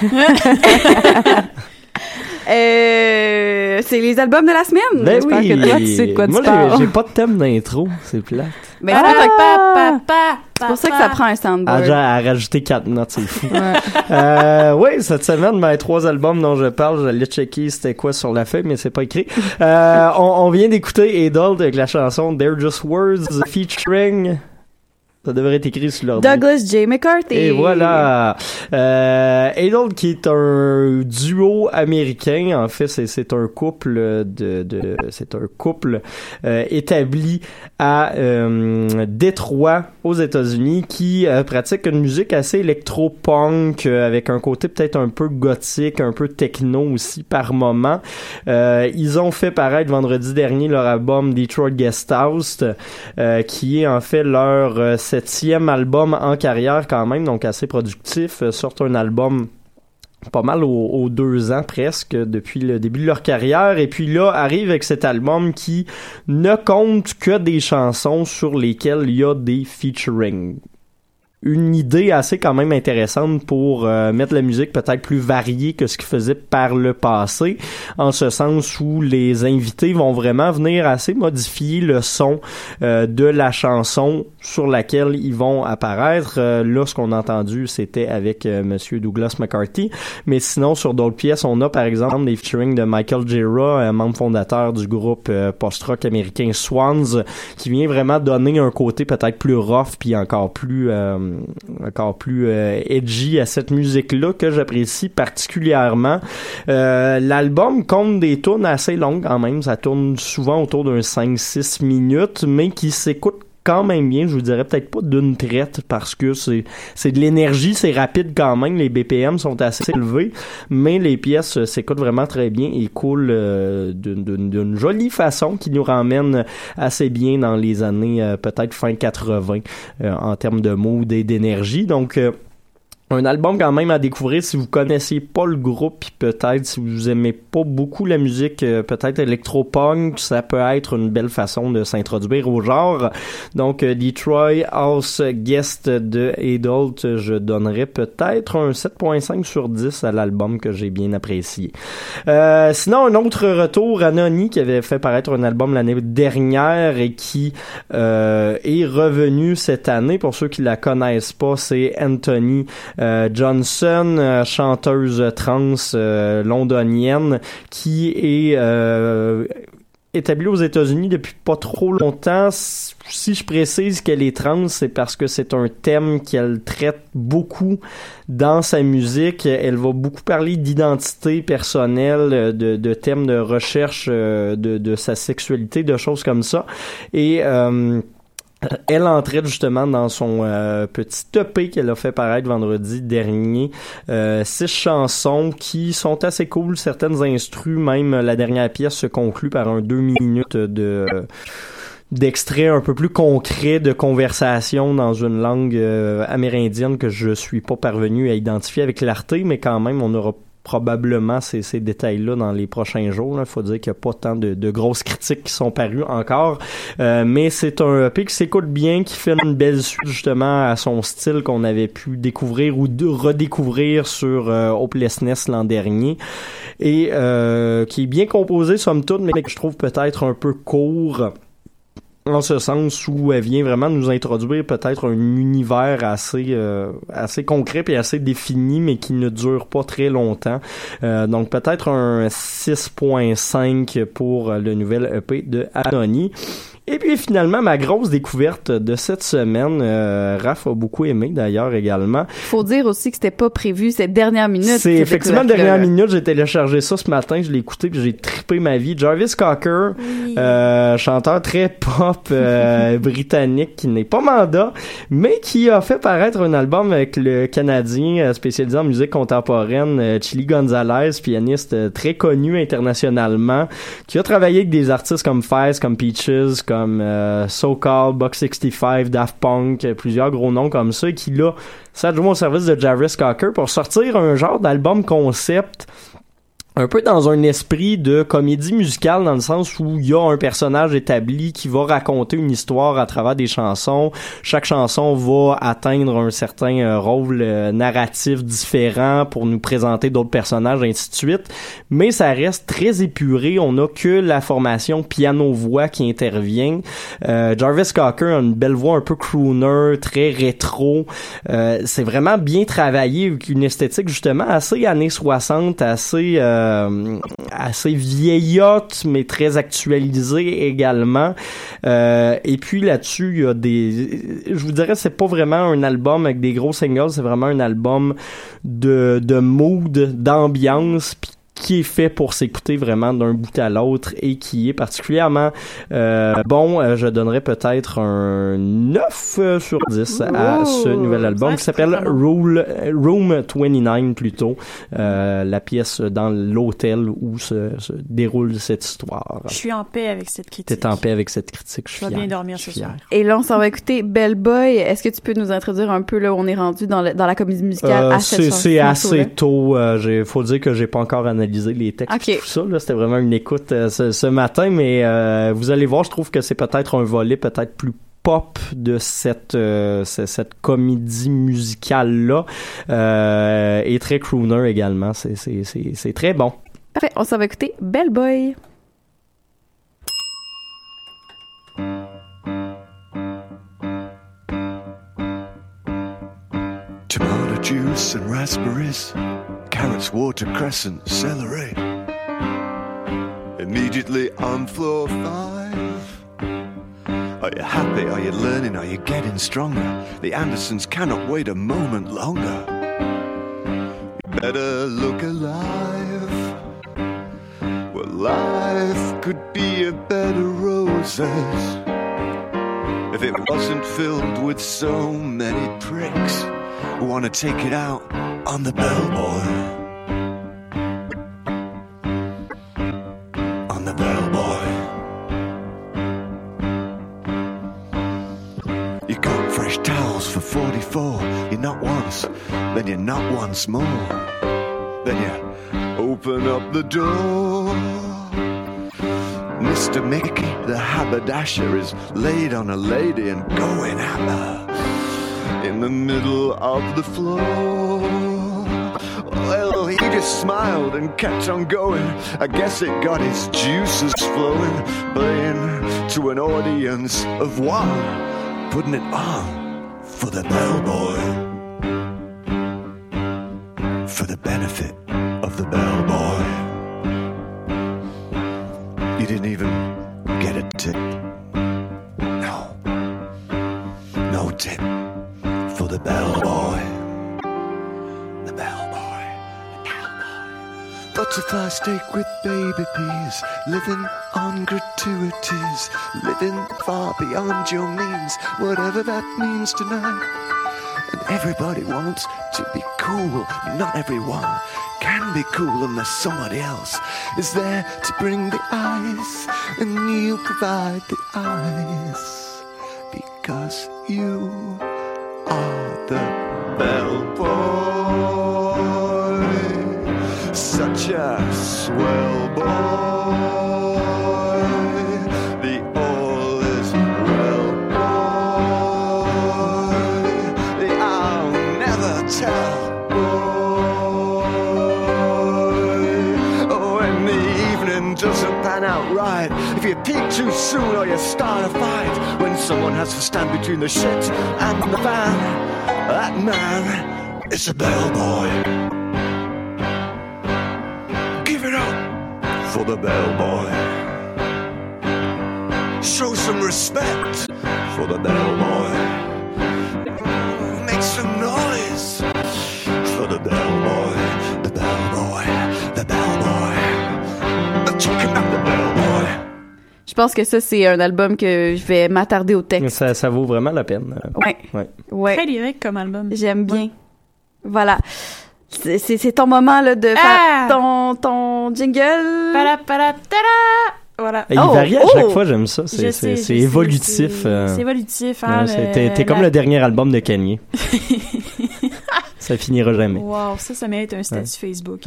C'est les albums de la semaine.
Ben
J'espère
oui.
que toi, tu sais de quoi tu parles.
Moi, j'ai pas de thème d'intro. C'est plate.
Mais c'est pour ça que ça prend un soundboard.
Genre, à rajouter 4 notes, c'est fou. Oui, cette semaine, ben, 3 albums dont je parle, j'allais checker c'était quoi sur la feuille, mais c'est pas écrit. On vient d'écouter Adult avec la chanson They're Just Words featuring... Ça devrait être écrit sur l'ordi.
Douglas J. McCarthy.
Et voilà. Adult, qui est un duo américain. En fait, c'est un couple c'est un couple établi à Détroit, aux États-Unis, qui pratique une musique assez électro-punk, avec un côté peut-être un peu gothique, un peu techno aussi par moment. Ils ont fait paraître vendredi dernier leur album Detroit Guest House, qui est en fait leur 7e album en carrière quand même, donc assez productif. Sortent un album pas mal aux 2 ans presque depuis le début de leur carrière, et puis là arrive avec cet album qui ne compte que des chansons sur lesquelles il y a des featuring. Une idée assez quand même intéressante pour mettre la musique peut-être plus variée que ce qu'ils faisaient par le passé, en ce sens où les invités vont vraiment venir assez modifier le son de la chanson sur laquelle ils vont apparaître. Là, ce qu'on a entendu, c'était avec Monsieur Douglas McCarthy, mais sinon, sur d'autres pièces, on a par exemple des featuring de Michael Gira, membre fondateur du groupe post-rock américain Swans, qui vient vraiment donner un côté peut-être plus rough puis encore plus edgy à cette musique-là que j'apprécie particulièrement. L'album compte des tunes assez longues quand même, ça tourne souvent autour d'un 5-6 minutes, mais qui s'écoute quand même bien, je vous dirais peut-être pas d'une traite parce que c'est de l'énergie, c'est rapide quand même, les BPM sont assez élevés, mais les pièces s'écoutent vraiment très bien et coulent d'une jolie façon qui nous ramène assez bien dans les années peut-être fin 80 en termes de mood et d'énergie. Donc un album quand même à découvrir si vous connaissez pas le groupe, puis peut-être si vous aimez pas beaucoup la musique peut-être électro-punk, ça peut être une belle façon de s'introduire au genre. Donc Detroit House Guest de Adult, je donnerais peut-être un 7.5 sur 10 à l'album que j'ai bien apprécié. Sinon, un autre retour, Anony, qui avait fait paraître un album l'année dernière et qui est revenu cette année. Pour ceux qui la connaissent pas, c'est Anthony Johnson, chanteuse trans londonienne qui est établie aux États-Unis depuis pas trop longtemps. Si je précise qu'elle est trans, c'est parce que c'est un thème qu'elle traite beaucoup dans sa musique. Elle va beaucoup parler d'identité personnelle, de thèmes de recherche de sa sexualité, de choses comme ça. Et elle entrait justement dans son petit EP qu'elle a fait paraître vendredi dernier. 6 chansons qui sont assez cool, certaines instrus, même la dernière pièce se conclut par un 2 minutes d'extrait un peu plus concret de conversation dans une langue amérindienne que je suis pas parvenu à identifier avec clarté, mais quand même on aura probablement ces détails-là dans les prochains jours. Il faut dire qu'il n'y a pas tant de grosses critiques qui sont parues encore. Mais c'est un EP qui s'écoute bien, qui fait une belle suite justement à son style qu'on avait pu découvrir ou redécouvrir sur Hopelessness l'an dernier. Et qui est bien composé somme toute, mais que je trouve peut-être un peu court. En ce sens où elle vient vraiment nous introduire peut-être un univers assez concret et assez défini, mais qui ne dure pas très longtemps. Donc peut-être un 6.5 pour le nouvel EP de Anony. Et puis finalement, ma grosse découverte de cette semaine, Raph a beaucoup aimé d'ailleurs également.
Faut dire aussi que c'était pas prévu, cette dernière minute.
C'est effectivement la dernière minute, j'ai téléchargé ça ce matin, je l'ai écouté puis j'ai trippé ma vie. Jarvis Cocker, chanteur très pop britannique qui n'est pas mandat, mais qui a fait paraître un album avec le Canadien spécialisé en musique contemporaine, Chili Gonzalez, pianiste très connu internationalement, qui a travaillé avec des artistes comme Fez, comme Peaches, comme So Called, Buck 65, Daft Punk, plusieurs gros noms comme ça, et qui là s'adjoint au service de Jarvis Cocker pour sortir un genre d'album concept un peu dans un esprit de comédie musicale, dans le sens où il y a un personnage établi qui va raconter une histoire à travers des chansons. Chaque chanson va atteindre un certain rôle narratif différent pour nous présenter d'autres personnages, ainsi de suite. Mais ça reste très épuré. On n'a que la formation piano-voix qui intervient. Jarvis Cocker a une belle voix un peu crooner, très rétro. C'est vraiment bien travaillé, avec une esthétique justement assez années 60, assez vieillotte mais très actualisée également, et puis là-dessus il y a je vous dirais c'est pas vraiment un album avec des gros singles, c'est vraiment un album de mood, d'ambiance, puis qui est fait pour s'écouter vraiment d'un bout à l'autre et qui est particulièrement bon. Je donnerais peut-être un 9 sur 10 à ce nouvel album qui s'appelle Room 29 plutôt, la pièce dans l'hôtel où se déroule cette histoire.
Je suis en paix avec cette critique.
T'es en paix avec cette critique, je
vais bien dormir ce soir.
Et là, on s'en va écouter Bell Boy. Est-ce que tu peux nous introduire un peu là où on est rendu dans la comédie musicale à cette chanson?
C'est assez tôt. Faut dire que j'ai pas encore analysé les textes et tout ça. Là, c'était vraiment une écoute ce matin, mais vous allez voir, je trouve que c'est peut-être un volet peut-être plus pop de cette comédie musicale-là, et très crooner également. C'est très bon.
Parfait, on s'en va écouter Bell Boy.
Tomato juice and raspberries, carrots, watercress, celery. Immediately on floor 5. Are you happy? Are you learning? Are you getting stronger? The Andersons cannot wait a moment longer. You better look alive. Well, life could be a bed of roses if it wasn't filled with so many pricks who want to take it out on the bellboy. On the bellboy. You got fresh towels for 44. You're not once, then you're not once more. Then you open up the door. Mr. Mickey, the haberdasher, is laid on a lady and going at her in the middle of the floor. Well, he just smiled and kept on going. I guess it got his juices flowing, playing to an audience of one, putting it on for the bellboy, for the benefit of the bellboy. You didn't even get a tip. No. No tip for the bellboy. The bellboy. The bellboy. Butterfly steak with baby peas. Living on gratuities. Living far beyond your means. Whatever that means tonight. And everybody wants to be cool. Not everyone can be cool unless somebody else is there to bring the ice. And you provide the ice. Because you are the bellboy. Such a swell boy. The all is well boy. The I'll never tell boy. Oh, when the evening doesn't pan out right, if you peak too soon or you start a fight, when someone has to stand between the shit and the fan, that man is a bellboy. Give it up for the bellboy. Show some respect for the bellboy. Make some noise for the bellboy. The bellboy. The bellboy. Check out the bellboy.
Je pense que ça, c'est un album que je vais m'attarder au texte.
Ça vaut vraiment la peine.
Ouais.
Très lyrique comme album.
J'aime bien. Voilà. C'est ton moment là, de faire ton jingle.
Voilà.
Il varie à chaque fois, j'aime ça. C'est évolutif.
C'est évolutif. Hein,
t'es comme le dernier album de Kanye. Ça finira jamais.
Wow, ça mérite un statut Facebook.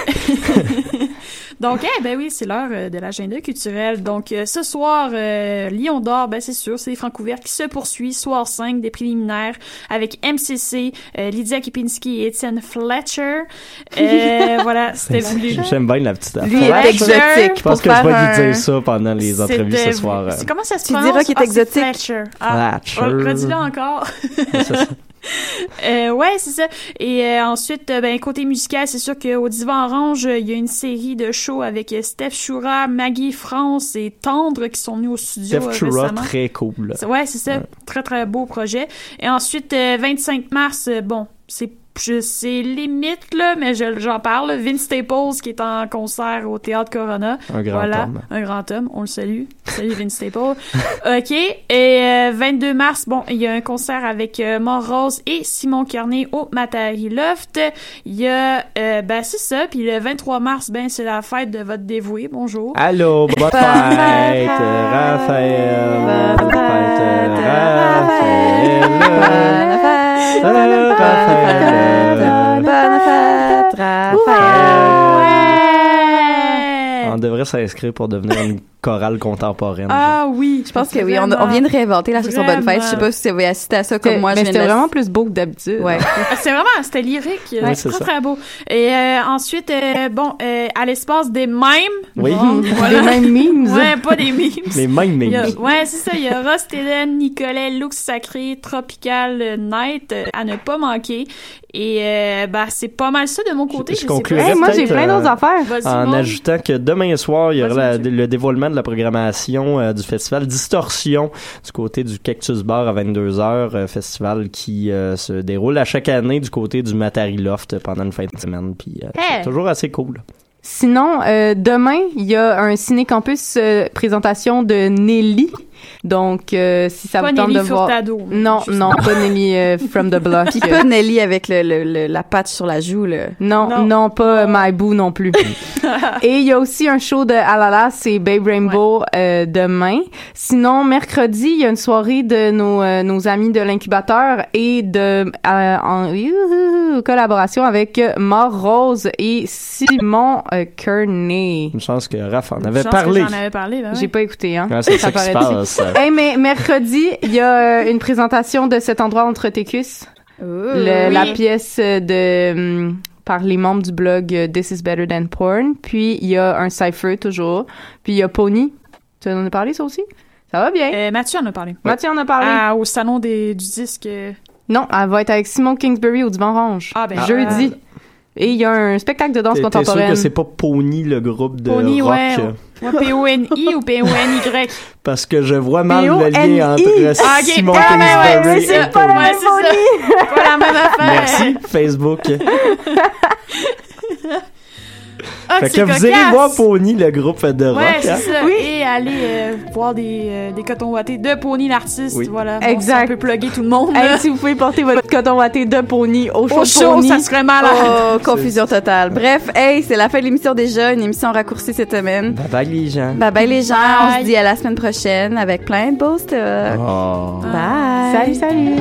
Donc, ben oui, c'est l'heure de l'agenda culturel. Donc, ce soir, Lion d'Or, ben c'est sûr, c'est les Francouvertes qui se poursuit. Soir 5 des préliminaires avec MCC, Lydia Kipinski et Étienne Fletcher. Voilà, c'était voulu.
J'aime bien la petite
Lui est exotique.
Je pense que je vais lui dire ça pendant les entrevues ce soir.
Comment ça se
tu
prononce?
diras qu'il est exotique.
Fletcher. Redis-le encore.
C'est ça.
Ouais, c'est ça. Et ensuite, ben côté musical, c'est sûr qu'au Divan Orange, il y a une série de shows avec Steph Choura, Maggie France et Tendre qui sont venus au studio
Steph Choura,
récemment.
très cool.
Ouais, c'est ça. Ouais. Très, très beau projet. Et ensuite, 25 mars, bon, c'est limite, là, mais j'en parle. Vince Staples qui est en concert au Théâtre Corona.
Un grand homme.
Un grand homme. On le salue. Salut Vince Staples. OK. Et 22 mars, bon, il y a un concert avec Mort-Rose et Simon Kearney au Matari Loft. Il y a, ben, c'est ça. Puis le 23 mars, ben, c'est la fête de votre dévoué. Bonjour.
Allô, bonne fête, Raphaël. Bonne fête, On devrait s'inscrire pour devenir une chorale contemporaine.
Ah oui,
je pense que oui. On vient de réinventer la chanson Bonne Fête. Je sais pas si vous avez assisté à ça comme moi.
Mais c'était vraiment plus beau que d'habitude.
Ouais.
C'était lyrique.
Oui,
c'est très beau. Et ensuite, à l'espace des mèmes.
Oui.
Des mêmes memes.
Ouais, pas des memes.
Les mêmes memes.
Ouais, c'est ça. Il y a Ross Teden, Nicolet, Lux Sacré, Tropical Night à ne pas manquer. Et c'est pas mal ça de mon côté.
Je conclurai
moi, j'ai plein d'autres affaires.
En ajoutant que demain soir, il y aura le dévoilement de la programmation du festival Distorsion du côté du Cactus Bar à 22h, festival qui se déroule à chaque année du côté du Matari Loft pendant une fin de semaine. Puis c'est toujours assez cool.
Sinon, demain, il y a un ciné-campus présentation de Nelly. Donc, si ça vous tente de voir... Non, pas Nelly from the block.
Puis pas Nelly avec la patch sur la joue, là.
Non, pas My Boo non plus. Et il y a aussi un show de Alala, c'est Babe Rainbow demain. Sinon, mercredi, il y a une soirée de nos amis de l'incubateur et en collaboration avec Mort-Rose et Simon Kearney.
Une chance que Raph en avait parlé.
J'en avais parlé, ben oui.
J'ai pas écouté, hein.
C'est ça qui se passe.
Mais mercredi, il y a une présentation de Cet endroit entre tes cuisses. La pièce par les membres du blog This is Better Than Porn. Puis il y a un cypher toujours. Puis il y a Pony. Tu en as parlé ça aussi? Ça va bien.
Mathieu en a parlé.
Mathieu en a parlé.
Au salon du disque.
Non, elle va être avec Simon Kingsbury au Divan Orange. Jeudi. Et il y a un spectacle de danse contemporaine.
T'es sûr que c'est pas Pony, le groupe de
Pony,
rock?
Ouais, P-O-N-I ou P-O-N-Y?
Parce que je vois mal le lien entre Simon
Kingsbury
et
c'est pas la même Pony. Pas la même affaire.
Merci, Facebook.
Fait
que vous irez voir Pony, le groupe de rock.
Ouais, c'est ça. Oui. Et aller voir des cotons wattés de Pony, l'artiste. Oui. Voilà. Bon,
exact.
On peut plugger tout le monde.
Hey, si vous pouvez porter votre coton watté de Pony au show
de Pony. Ça serait malade.
Oh, confusion totale. Bref, c'est la fin de l'émission déjà. Une émission raccourcie cette semaine.
Bye bye les gens.
Bye bye les gens. On se dit à la semaine prochaine avec plein de beaux stuff.
Oh.
Bye.
Salut.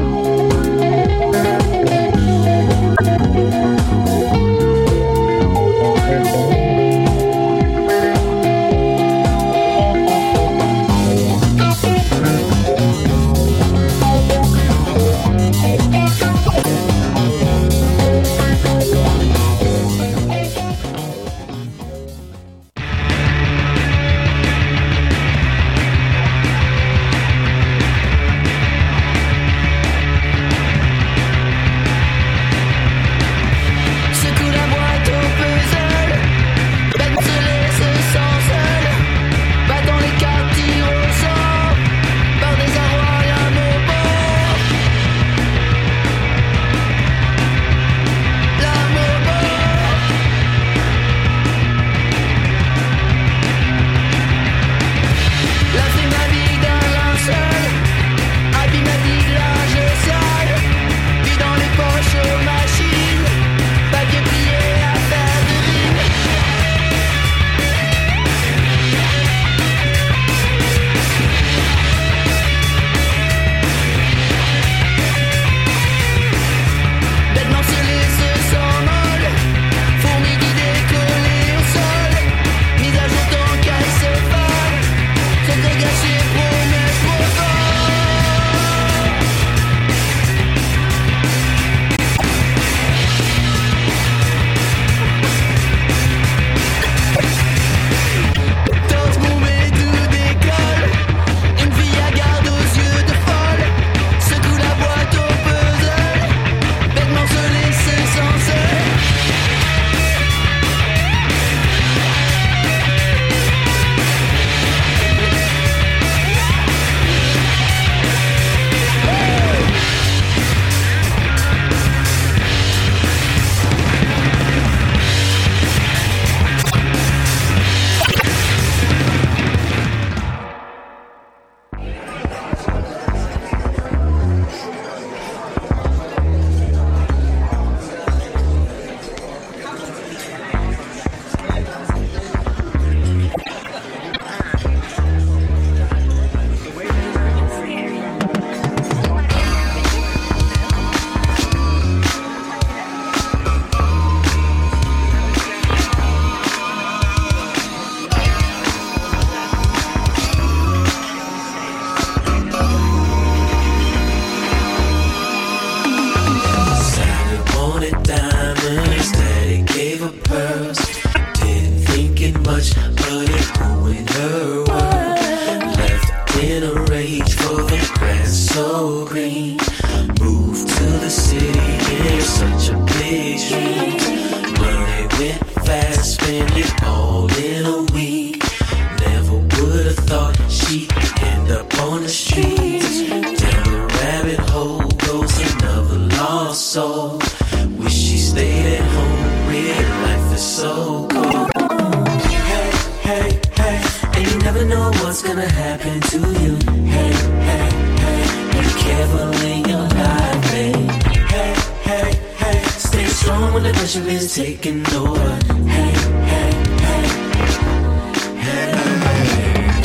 much, but it ruined her world. Left in a rage for the grass so green. Moved to the city in such a big dream. Money went fast, spent it all in a week. Never would have thought she'd end up on the streets. Down the rabbit hole goes another lost soul. Wish she stayed at home, real life is so cold. Hey, hey, hey, and you never know what's gonna happen to you. Hey, hey, hey, be careful in your life, hey. Hey, hey, hey, stay strong when the pressure is taking over. Hey, hey, hey, hey, hey.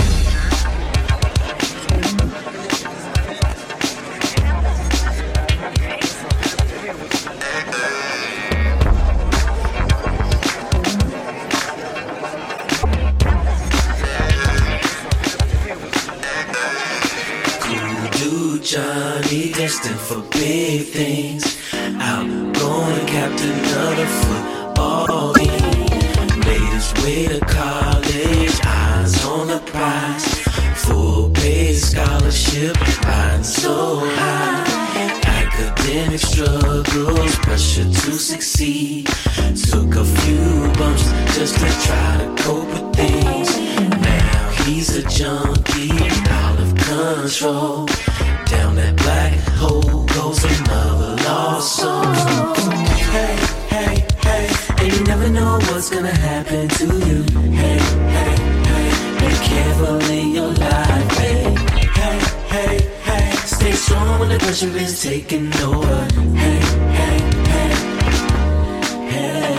Johnny destined for big things. Outgoing captain of the football team. Made his way to college, eyes on the prize. Full paid scholarship, riding so high. Academic struggles, pressure to succeed. Took a few bumps just to try to cope with things. Now he's a junkie, out of control. Down that black hole goes another lost soul. Hey, hey, hey, and you never know what's gonna happen to you. Hey, hey, hey, be careful in your life. Hey, hey, hey, hey, stay strong when the pressure is taking over. Hey, hey, hey, hey.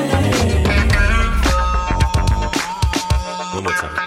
One more time.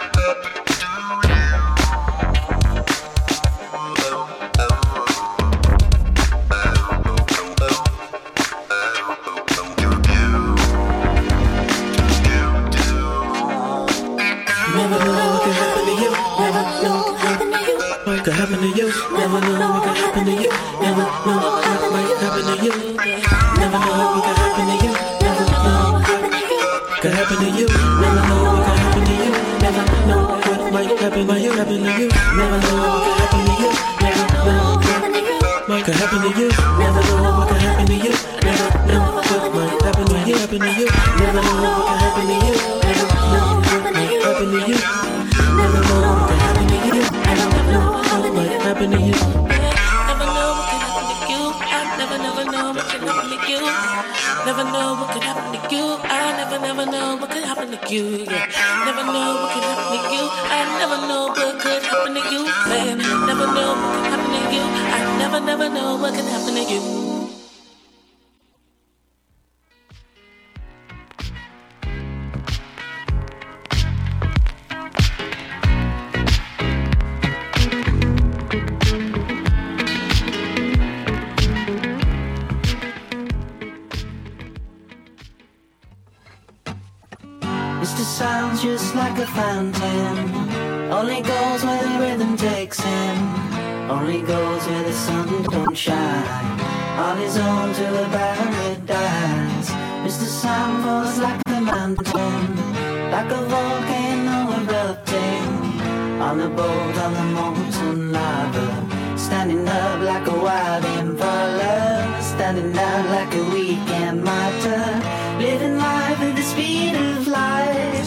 Could happen to you, never know what could happen to you, never know what might happen to you, never know what could happen to you, never know what could happen to you, never know what could happen to you, never know what might happen to you, never know what could happen to you, never know what could happen to you, never know what could happen to you, never know what might happen to you, never know what could happen to you, never know what might happen to you, never know what could happen to you, never know what might happen to you.
Never know what can happen to you. I never know what can happen to you. Never know what can happen to you. I never know what can happen to you. Yeah. Never know what can happen to you. I never know what could happen to you. Man, never know what can happen to you. I never know what can happen to you.
Sounds just like a fountain. Only goes where the rhythm takes him. Only goes where the sun don't shine. On his own to a paradise. Mr. Sound falls like a mountain, like a volcano erupting. On a boat on the molten lava. Standing up like a wild impala. Standing out like a weekend martyr. Living life at the speed of light.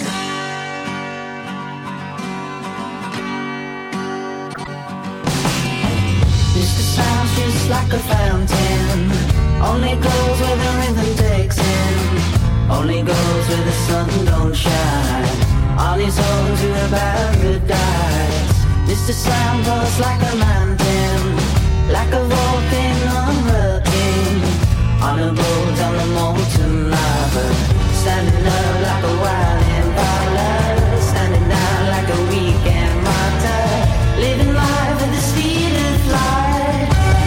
Mr. Sounds just like a fountain. Only goes where the rhythm takes him. Only goes where the sun don't shine. On his own to a paradise. Mr. Sound goes like a mountain, like a volcano erupting. On a boat on the molten lava. Standing up like a wild impala. Standing down like a weekend martyr. Living life at the speed of light.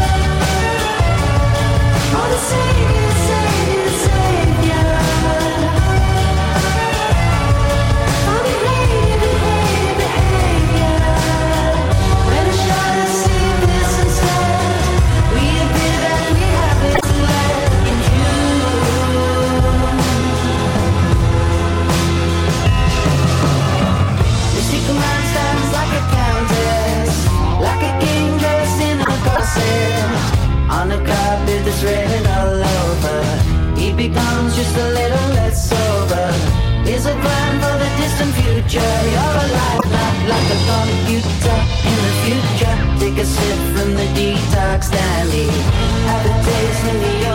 Oh, the Savior, Savior, Savior. Oh, behave, behave, behavior. When a shot of sin future. You're alive, not like a computer. In the future, take a sip from the detox Stanley. Have a taste in the